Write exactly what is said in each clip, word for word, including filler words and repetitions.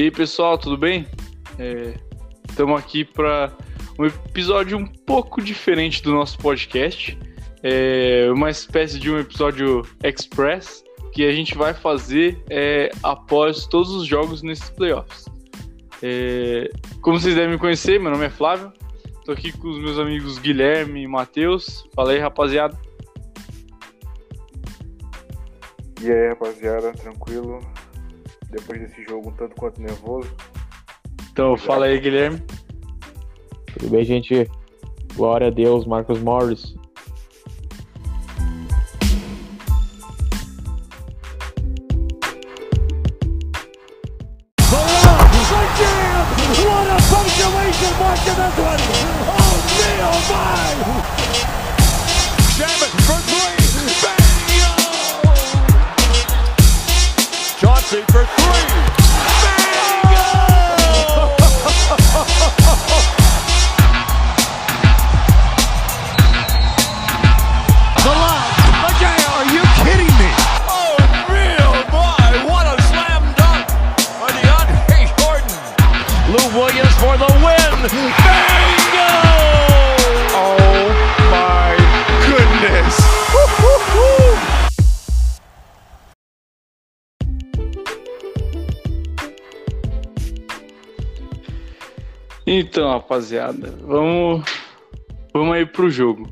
E aí, pessoal, tudo bem? Estamos é, aqui para um episódio um pouco diferente do nosso podcast. É uma espécie de um episódio express que a gente vai fazer é, após todos os jogos nesses playoffs. É, como vocês devem me conhecer, meu nome é Flávio. Estou aqui com os meus amigos Guilherme e Matheus. Fala aí, rapaziada. E aí, rapaziada, tranquilo? Depois desse jogo um tanto quanto nervoso. Então, fala aí, Guilherme. Tudo bem, gente? Glória a Deus, Marcus Morris. What a punctuation mark in this one! Oh, me, oh my! Shabbat for three! Bingo! Chauncey for three! Bingo! The line, again, are you kidding me? Oh, me, oh my! What a slam dunk by DeAndre Jordan! Lou Williams for the win! Bingo! Oh my goodness! Woo-hoo-hoo! Então, rapaziada, vamos, vamos aí pro jogo.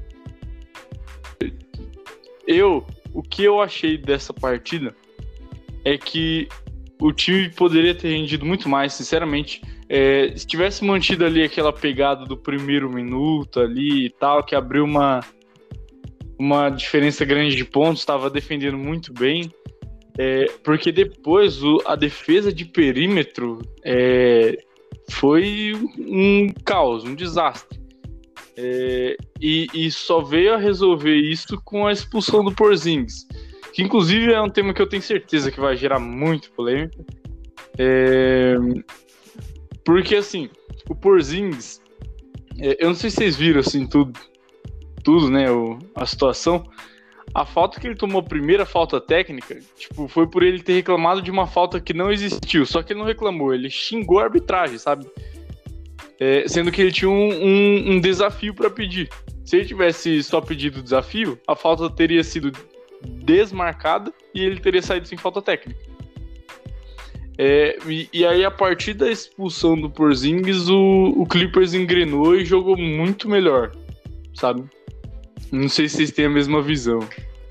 Eu, o que eu achei dessa partida é que o time poderia ter rendido muito mais, sinceramente. É, se tivesse mantido ali aquela pegada do primeiro minuto ali e tal, que abriu uma, uma diferença grande de pontos, estava defendendo muito bem, é, porque depois o, a defesa de perímetro é, foi um caos, um desastre. É, e, e só veio a resolver isso com a expulsão do Porzingis, que inclusive é um tema que eu tenho certeza que vai gerar muito polêmica. É... Porque, assim, o Porzingis, é, eu não sei se vocês viram, assim, tudo, tudo, né, o, a situação. A falta que ele tomou, a primeira falta técnica, tipo, foi por ele ter reclamado de uma falta que não existiu. Só que ele não reclamou, ele xingou a arbitragem, sabe? É, sendo que ele tinha um, um, um desafio para pedir. Se ele tivesse só pedido o desafio, a falta teria sido desmarcada e ele teria saído sem falta técnica. É, e, e aí, a partir da expulsão do Porzingis, o, o Clippers engrenou e jogou muito melhor, sabe? Não sei se vocês têm a mesma visão.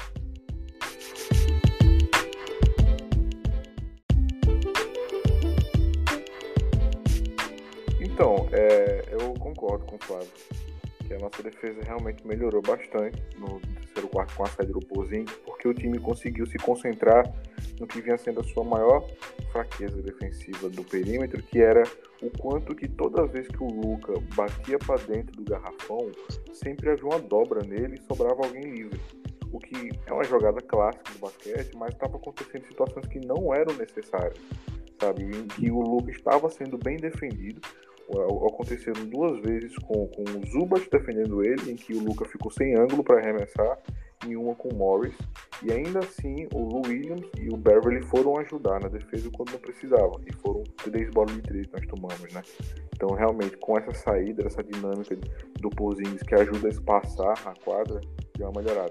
Então, é, eu concordo com o Flávio, que a nossa defesa realmente melhorou bastante no terceiro quarto com a saída do Porzingis, porque o time conseguiu se concentrar no que vinha sendo a sua maior fraqueza defensiva do perímetro, que era o quanto que toda vez que o Luka batia para dentro do garrafão, sempre havia uma dobra nele e sobrava alguém livre. O que é uma jogada clássica do basquete, mas estava acontecendo em situações que não eram necessárias, sabe? Em que o Luka estava sendo bem defendido. Aconteceram duas vezes com, com o Zubac defendendo ele, em que o Luka ficou sem ângulo para arremessar, e uma com o Morris, e ainda assim o Lou Williams e o Beverly foram ajudar na defesa quando não precisavam, e foram três bolas de três que nós tomamos, né? Então realmente com essa saída, essa dinâmica do Porzingis que ajuda a espaçar a quadra, deu uma melhorada.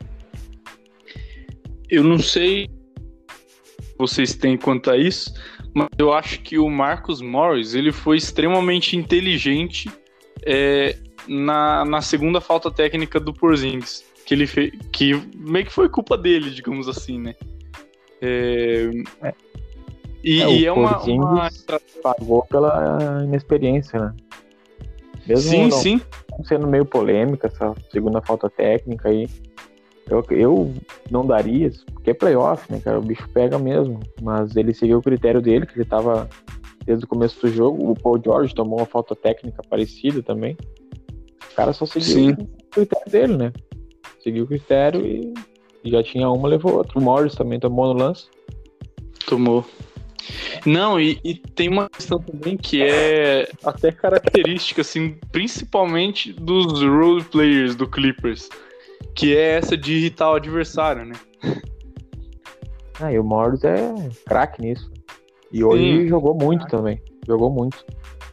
Eu não sei se vocês têm quanto a isso, mas eu acho que o Marcus Morris ele foi extremamente inteligente é, na, na segunda falta técnica do Porzingis, que ele fez, que meio que foi culpa dele, digamos assim, né? É, é. E é, e é uma, uma pagou pela inexperiência, né? Mesmo sim, não, sim. Sendo meio polêmica essa segunda falta técnica aí, eu, eu não daria, porque é playoff, né, cara? O bicho pega mesmo, mas ele seguiu o critério dele, que ele tava desde o começo do jogo. O Paul George tomou uma falta técnica parecida também. O cara só seguiu sim. o critério dele, né? Seguiu o critério e, e já tinha uma, levou outra. O Morris também tomou no lance. Tomou. Não, e, e tem uma questão também que é até característica, assim, principalmente dos role players do Clippers, que é essa de irritar o adversário, né? Ah, e o Morris é craque nisso. E hoje Sim. jogou muito também. Jogou muito.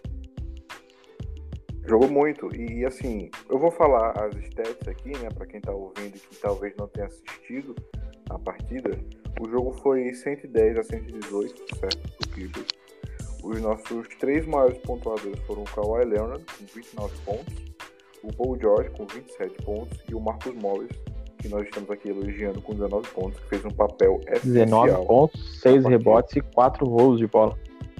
Jogou muito. E assim, eu vou falar as stats aqui, né? Pra quem tá ouvindo e que talvez não tenha assistido a partida. O jogo foi cento e dez a cento e dezoito, certo? Do Clippers. Os nossos três maiores pontuadores foram o Kawhi Leonard, com vinte e nove pontos, o Paul George, com vinte e sete pontos, e o Marcus Morris, que nós estamos aqui elogiando, com dezenove pontos, que fez um papel essencial. dezenove pontos, seis rebotes e quatro rolos de bola.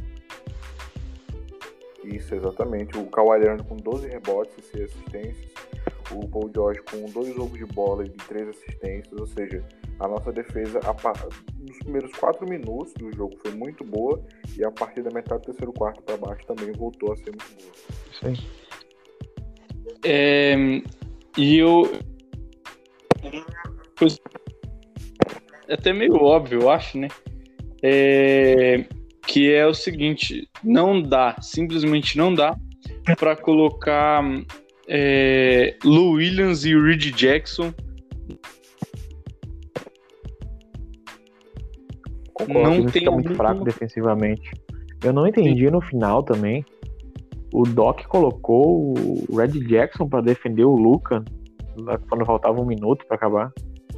Isso, exatamente. O Kawhi Leonard com doze rebotes e seis assistências. O Paul George com dois roubos de bola e três assistências. Ou seja, a nossa defesa, a par... nos primeiros quatro minutos do jogo foi muito boa. E a partir da metade do terceiro quarto para baixo também voltou a ser muito boa. Isso aí. É, e eu... É até meio óbvio, eu acho, né? É... Que é o seguinte, não dá, simplesmente não dá para colocar é, Lou Williams e Reggie Jackson. Concordo, Não o time tem fica muito algum- fraco defensivamente. Eu não entendi no final também. O Doc colocou o Red Jackson para defender o Luka lá quando faltava um minuto para acabar.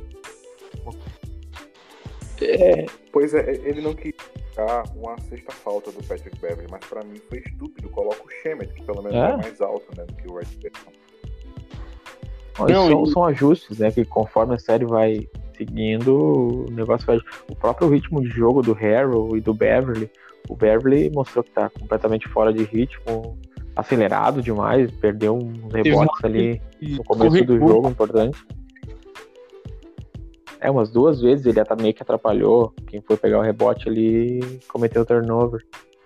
Pois é, ele não quis ficar uma sexta falta do Patrick Beverley, mas pra mim foi estúpido. Coloca o Shemet, que pelo menos É? é mais alto, né, do que o Red Jackson. Ó, Não, são, e- são ajustes, né? Que conforme a série vai seguindo, o negócio vai. O próprio ritmo de jogo do Harrell e do Beverly. O Beverly mostrou que tá completamente fora de ritmo, acelerado demais, perdeu uns rebotes uma- ali E no começo do correr- jogo importante. É, umas duas vezes ele até meio que atrapalhou. Quem foi pegar o rebote ali cometeu o turnover.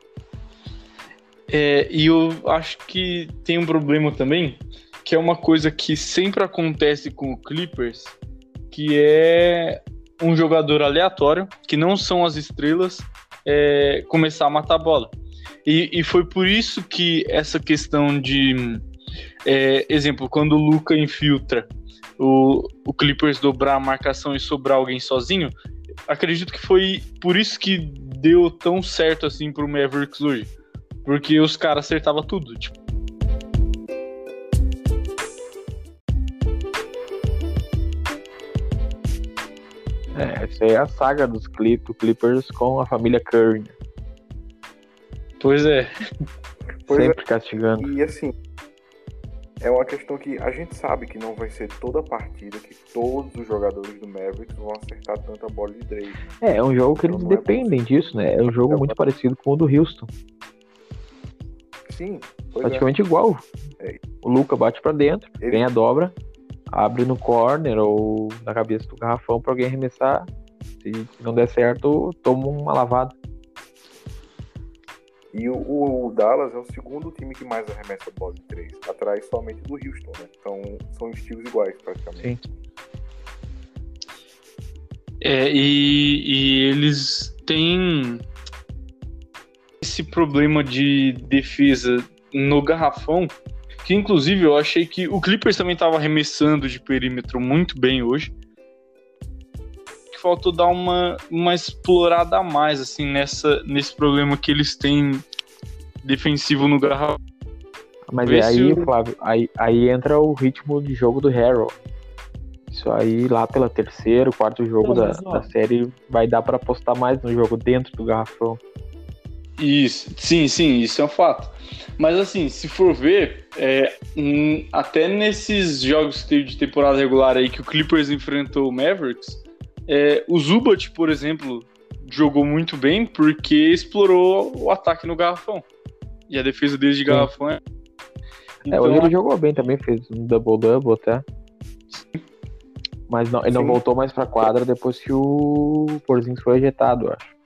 É, e eu acho que tem um problema também, que é uma coisa que sempre acontece com o Clippers, que é um jogador aleatório, que não são as estrelas, é, começar a matar a bola. E, e foi por isso que essa questão de... é, exemplo, quando o Luka infiltra o, o Clippers dobrar a marcação e sobrar alguém sozinho, acredito que foi por isso que deu tão certo assim pro Mavericks hoje. Porque os caras acertavam tudo, tipo. É, essa aí é a saga dos Clip, do Clippers com a família Curry, né? Pois é. Pois Sempre castigando. E assim, é uma questão que a gente sabe que não vai ser toda a partida que todos os jogadores do Mavericks vão acertar tanta bola de três. Né? É, é um jogo que eles Não é dependem disso, né? É um jogo muito parecido com o do Houston. Sim, pois Praticamente igual. É. O Luka bate pra dentro, Ele- ganha a dobra, abre no corner ou na cabeça do garrafão pra alguém arremessar. Se não der certo, toma uma lavada. é. E o, o Dallas é o segundo time que mais arremessa bola de três, atrás somente do Houston, né? Então são estilos iguais praticamente. Sim. É, e, e eles têm esse problema de defesa no garrafão, que inclusive eu achei que o Clippers também estava arremessando de perímetro muito bem hoje. Que faltou dar uma, uma explorada a mais assim, nessa, nesse problema que eles têm defensivo no garrafão. Mas Vê é se aí, o- Flávio, aí, aí entra o ritmo de jogo do Harrell. Isso aí lá pela terceiro, quarto jogo Não, da, mas, ó. da série vai dar pra apostar mais no jogo dentro do garrafão. Isso, sim, sim, isso é um fato. Mas assim, se for ver, é, hum, até nesses jogos que teve de temporada regular aí que o Clippers enfrentou o Mavericks, é, o Zubat, por exemplo, jogou muito bem porque explorou o ataque no garrafão. E a defesa deles de Sim. garrafão é... É, Então, hoje ele jogou bem também, fez um double-double até. Mas não, ele não Sim. voltou mais pra quadra depois que o Porzingis foi ejetado, eu acho.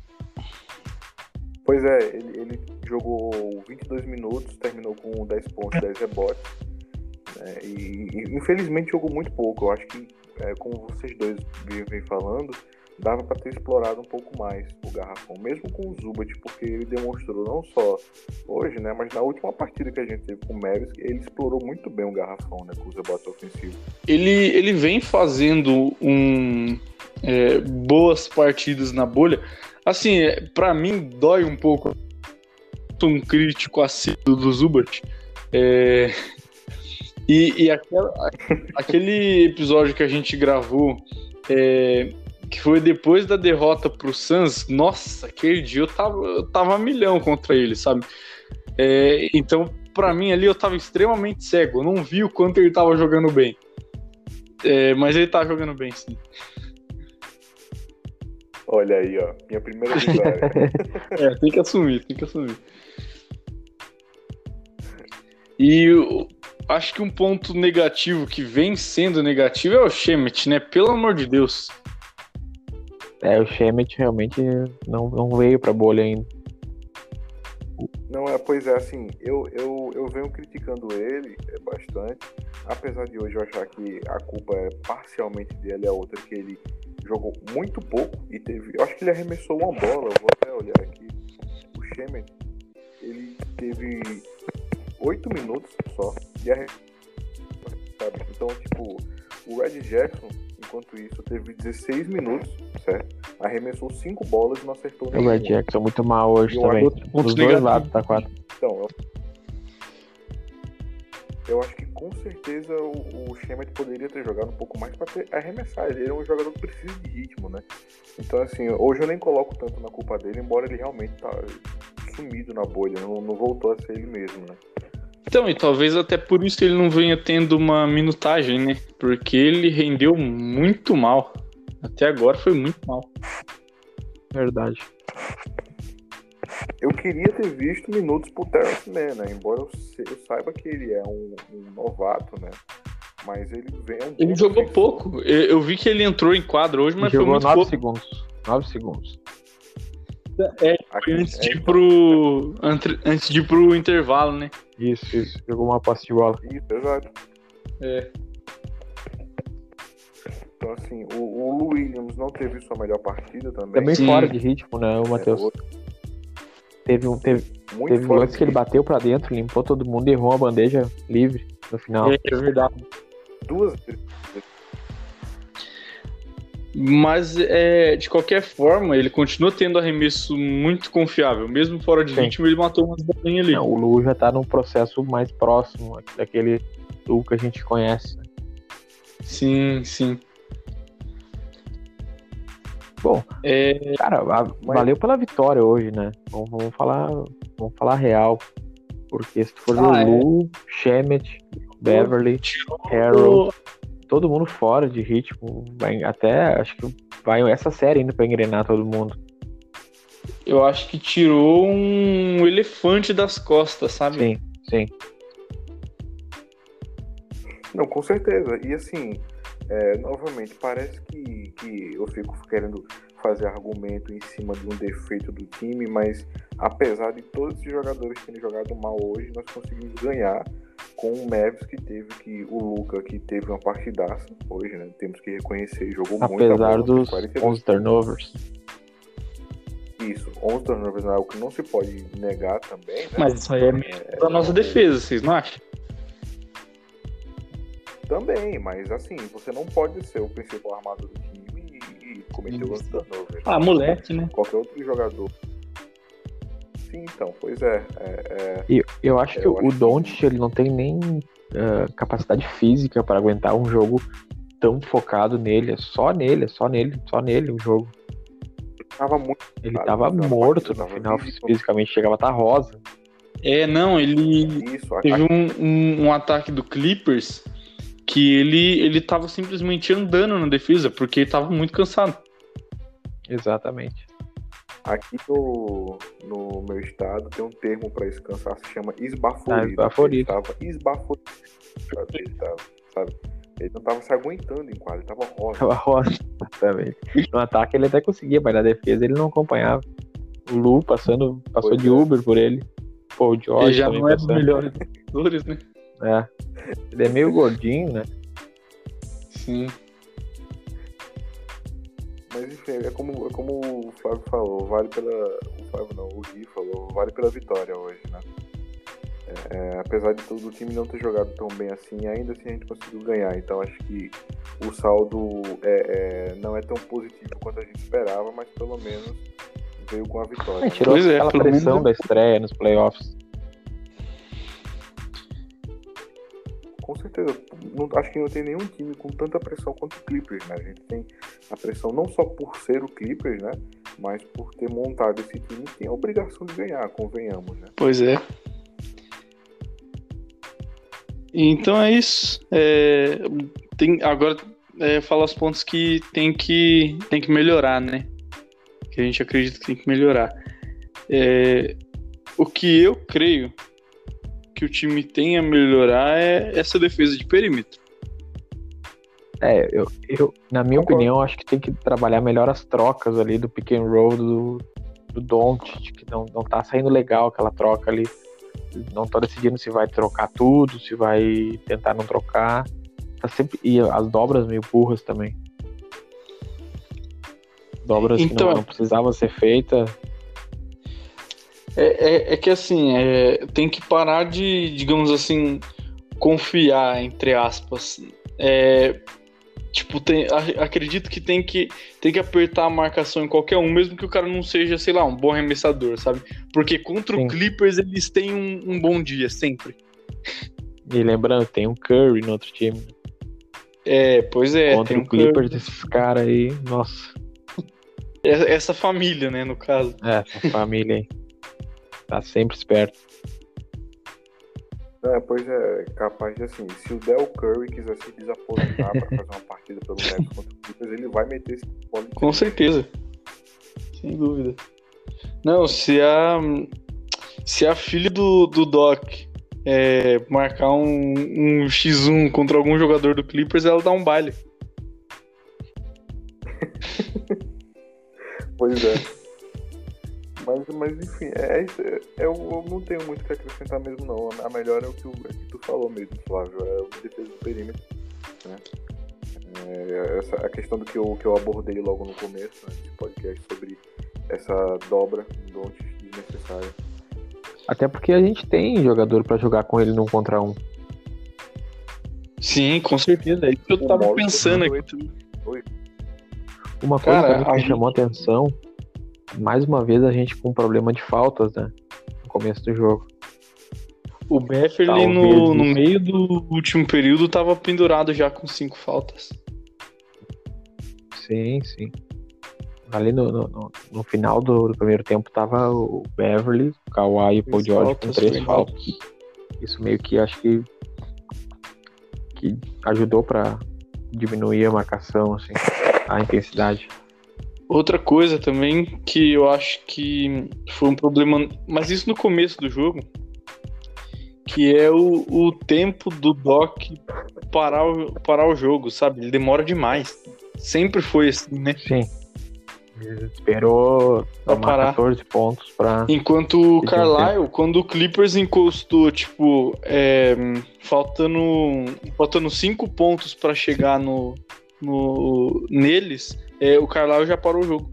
Pois é, ele, ele jogou vinte e dois minutos, terminou com dez pontos, dez rebotes. Né? E, e infelizmente jogou muito pouco. Eu acho que, é, como vocês dois vêm falando, dava para ter explorado um pouco mais o garrafão, mesmo com o Zubat, porque ele demonstrou não só hoje, né, mas na última partida que a gente teve com o Mavericks, ele explorou muito bem o garrafão, né, com os rebotes ofensivos. ele, ele vem fazendo um, é, boas partidas na bolha, Assim, é, pra mim, dói um pouco. Sou um crítico assíduo do Zubat. É... E, e aquela, aquele episódio que a gente gravou, é, que foi depois da derrota pro Suns, nossa, aquele dia eu tava, eu tava a milhão contra ele, sabe? É, então, pra mim ali, eu tava extremamente cego. Eu não vi o quanto ele tava jogando bem. É, mas ele tá jogando bem, sim. Olha aí, ó. Minha primeira vitória. É, tem que assumir, tem que assumir. E eu acho que um ponto negativo que vem sendo negativo é o Shemet, né? Pelo amor de Deus. É, o Shemet realmente não, não veio pra bolha ainda. Não, é, pois é, assim, eu, eu, eu venho criticando ele é, bastante, apesar de hoje eu achar que a culpa é parcialmente dele, a outra que ele jogou muito pouco e teve, eu acho que ele arremessou uma bola, eu vou até olhar aqui, o Shemet, ele teve oito minutos só de arremesso, sabe? Então, tipo, o Red Jackson, enquanto isso, teve dezesseis minutos, certo? Arremessou cinco bolas e não acertou O nenhuma. Red Jackson muito mal hoje Eu também. acho- Dos dois lados tá quatro. Então, eu, eu acho que com certeza o, o Shemet poderia ter jogado um pouco mais para arremessar. Ele é um jogador que precisa de ritmo, né? Então, assim, hoje eu nem coloco tanto na culpa dele, embora ele realmente tá sumido na bolha, não, não voltou a ser ele mesmo, né? Então, e talvez até por isso ele não venha tendo uma minutagem, né? Porque ele rendeu muito mal. Até agora foi muito mal. Verdade. Eu queria ter visto minutos pro Terrence Mann, né? Embora eu, se- eu saiba que ele é um, um novato, né? Mas ele vem um Ele bom jogou defensor. pouco. Eu, eu vi que ele entrou em quadro hoje, mas foi Jogou muito nove pouco. segundos. nove segundos. É, Aqui, antes de é, ir então, pro. antre- Antes de ir pro intervalo, né? Isso, isso. Jogou uma posse de bola. isso, exato. É. Então, assim, o, o Lou Williams não teve sua melhor partida também. Também Sim. fora de ritmo, né, o É, Matheus? outro- Teve um, teve, muito teve um fora lance de que ele ritmo. bateu pra dentro, limpou todo mundo e errou uma bandeja livre no final. É, é verdade. Duas Mas, é, de qualquer forma, ele continua tendo arremesso muito confiável. Mesmo fora de Sim. ritmo, ele matou umas bolinhas ali. Não, o Lu já tá num processo mais próximo daquele Lu que a gente conhece. Sim, sim. Bom, É, cara, a- valeu pela vitória hoje, né? Vamos, vamos falar, vamos falar real. Porque se tu for ver Ah, o Lu, Shemet, Beverly, Harrell, todo mundo fora de ritmo. Vai, até acho que vai essa série ainda pra engrenar todo mundo. eu acho que tirou um elefante das costas, sabe? Sim, sim. Não, com certeza. E assim, é, novamente, parece que, que eu fico querendo fazer argumento em cima de um defeito do time, mas apesar de todos esses jogadores terem jogado mal hoje, nós conseguimos ganhar com o Mavis que teve que o Luka que teve uma partidaça hoje, né? Temos que reconhecer, jogou muito. Apesar dos onze turnovers. Isso, onze turnovers não é algo que não se pode negar também, né? Mas isso aí é mérito da nossa defesa, vocês não acham? Também, mas assim, você não pode ser o principal armador do time e, e cometer Isso. onze turnovers. Ah, moleque, né? Qualquer outro jogador. Sim, então, pois é. é, é E eu acho que Eu o acho que- Doncic ele não tem nem ah, capacidade física para aguentar um jogo tão focado nele. É só nele, é só nele, só nele o jogo. tava muito. Ele Cara, tava mas a morto partida no tava final, visível. fisicamente, chegava a estar rosa. É, não, ele Isso, a, teve um, um, um ataque do Clippers que ele, ele tava simplesmente andando na defesa, porque ele tava muito cansado. Exatamente. aqui no, no meu estado tem um termo pra esse cansaço, se chama Ah, esbaforido. esbaforido. Ele tava esbaforido. Ele tava, sabe? Ele não tava se aguentando em quadra, ele tava rosa. Tava rosa. Exatamente. No ataque ele até conseguia, mas na defesa ele não acompanhava. O Lu passando, passou Pois de é. Uber por ele. Pô, o George Ele já também não é dos passando. melhores jogadores, né? É. Ele é meio gordinho, né? Sim. Mas enfim, é como, é como o Flávio falou, vale pela. O Flávio não, o Gui falou, vale pela vitória hoje, né? É, é, apesar de todo o time não ter jogado tão bem assim, ainda assim a gente conseguiu ganhar. Então acho que o saldo é, é, não é tão positivo quanto a gente esperava, mas pelo menos veio com a vitória. É, Né? tirou Pois é, aquela pelo pressão menos- da estreia nos playoffs. Com certeza. Não, acho que não tem nenhum time com tanta pressão quanto o Clippers, né? A gente tem a pressão não só por ser o Clippers, né? Mas por ter montado esse time que tem a obrigação de ganhar, convenhamos, né? Pois é. Então é isso. É, tem, agora é, fala os pontos que tem, que tem que melhorar, né? Que a gente acredita que tem que melhorar. É, o que eu creio que o time tem a melhorar é essa defesa de perímetro. É, eu, eu na minha Concordo. opinião, acho que tem que trabalhar melhor as trocas ali do pick and roll do, do Doncic, que não, não tá saindo legal aquela troca ali. Não tô decidindo se vai trocar tudo, se vai tentar não trocar. Tá sempre, e as dobras meio burras também. Dobras Então, que não, não precisavam ser feitas. É, é, é que assim, é, tem que parar de, digamos assim, confiar, entre aspas. É, tipo, tem, a- acredito que tem, que tem que apertar a marcação em qualquer um, mesmo que o cara não seja, sei lá, um bom arremessador, sabe? Porque contra Sim. o Clippers eles têm um, um bom dia, sempre. E lembrando, tem um Curry no outro time. É, pois é. Contra tem um o Clippers, Curry. esses caras aí, nossa. É- Essa família, né, no caso. É, essa família aí. Tá sempre esperto. É, pois é, capaz de assim, se o Del Curry quiser se desaposentar para fazer uma partida pelo Nets contra o Clippers, ele vai meter esse bola de Com certeza. Sem dúvida. Não, se a, se a filha do, do Doc é, marcar um, um xis um contra algum jogador do Clippers, ela dá um baile. Pois é. Mas, mas enfim, é isso. É, eu, eu não tenho muito o que acrescentar mesmo, não. A melhor é o que, o, é o que tu falou mesmo, Flávio. É o defesa do perímetro. Né? É, essa, a questão do que eu, que eu abordei logo no começo, né, desse podcast, sobre essa dobra do Doncic desnecessária. Até porque a gente tem jogador pra jogar com ele num contra um. Sim, com certeza. É isso que eu O tava Morris pensando foi- aqui. Uma coisa Cara, também que a me gente- chamou a atenção, mais uma vez a gente com um problema de faltas, né? No começo do jogo. O Beverly Talvez no, no isso. meio do último período tava pendurado já com cinco faltas. Sim, sim. Ali no, no, no- no final do, do primeiro tempo tava o Beverly, o Kawhi e o Paul Três George com faltas, três foi faltas. Isso meio que acho que, que ajudou pra diminuir a marcação, assim, a intensidade. Outra coisa também que eu acho que foi um problema, mas isso no começo do jogo, que é o, o tempo do Doc parar o, parar o jogo, sabe? Ele demora demais. Sempre foi assim, né? Sim. Ele esperou Pra tomar parar. catorze pontos pra. Enquanto o Esse Carlisle, quando o Clippers encostou, tipo, é, faltando, faltando cinco pontos pra chegar no, no, neles, é, o Carlisle já parou o jogo.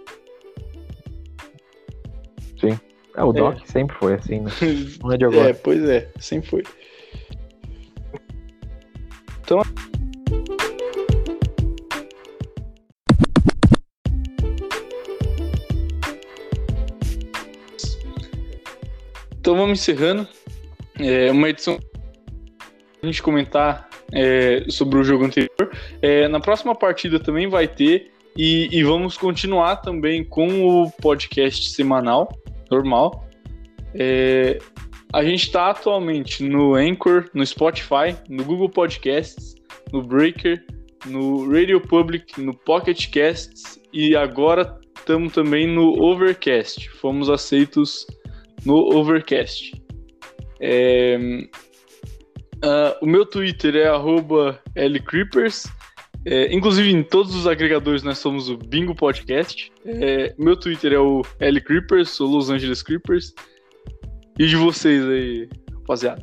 É, o Doc sempre foi assim, né? Não é de agora. É, pois é, sempre foi. Então. Então vamos encerrando. É uma edição a gente comentar é, sobre o jogo anterior. É, na próxima partida também vai ter. E, e vamos continuar também com o podcast semanal, normal. É, a gente está atualmente no Anchor, no Spotify, no Google Podcasts, no Breaker, no Radio Public, no Pocket Casts e agora estamos também no Overcast. Fomos aceitos no Overcast. É, uh, o meu Twitter é arroba lcreepers. É, inclusive em todos os agregadores nós somos o Bingo Podcast. É, meu Twitter é o lcreepers, sou Los Angeles Clippers. E de vocês aí, rapaziada?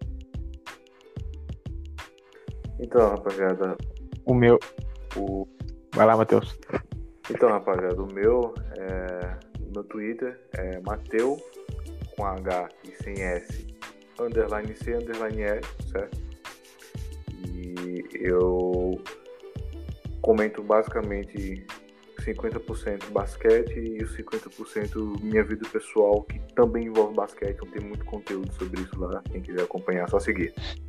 Então, rapaziada, O meu. o... Vai lá, Matheus. Então, rapaziada, o meu, é... o meu Twitter é Mateu, com H e sem S, underline C, underline L, certo? E eu comento basicamente cinquenta por cento basquete e os cinquenta por cento minha vida pessoal, que também envolve basquete. Então tem muito conteúdo sobre isso lá. Quem quiser acompanhar, é só seguir.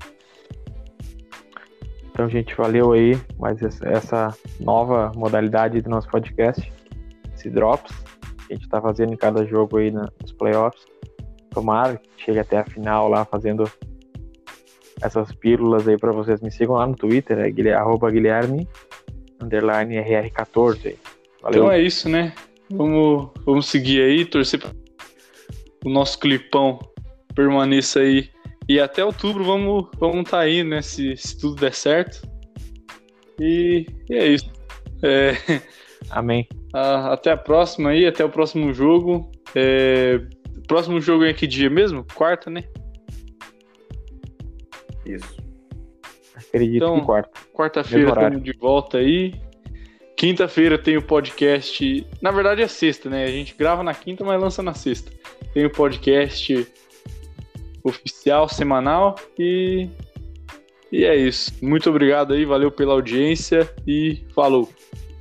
Então, gente, valeu aí. Mais essa nova modalidade do nosso podcast, esse Drops, que a gente tá fazendo em cada jogo aí nos playoffs. Tomara que chegue até a final lá, fazendo essas pílulas aí pra vocês. Me sigam lá no Twitter, é guilherme, arroba Guilherme, underline R R quatorze. Valeu. Então é isso, né? Vamos, vamos seguir aí, torcer para o nosso clipão permaneça aí. E até outubro vamos vamos tá aí, né? Se, se tudo der certo. E, e é isso. É, Amém. a, até a próxima aí, até o próximo jogo. É, próximo jogo é que dia mesmo? Quarta, né? Isso. Acredito Então, que quarta. Quarta-feira estamos de volta aí. Quinta-feira tem o podcast. Na verdade é sexta, né? A gente grava na quinta, mas lança na sexta. Tem o podcast oficial, semanal. E, e é isso. Muito obrigado aí, valeu pela audiência e falou.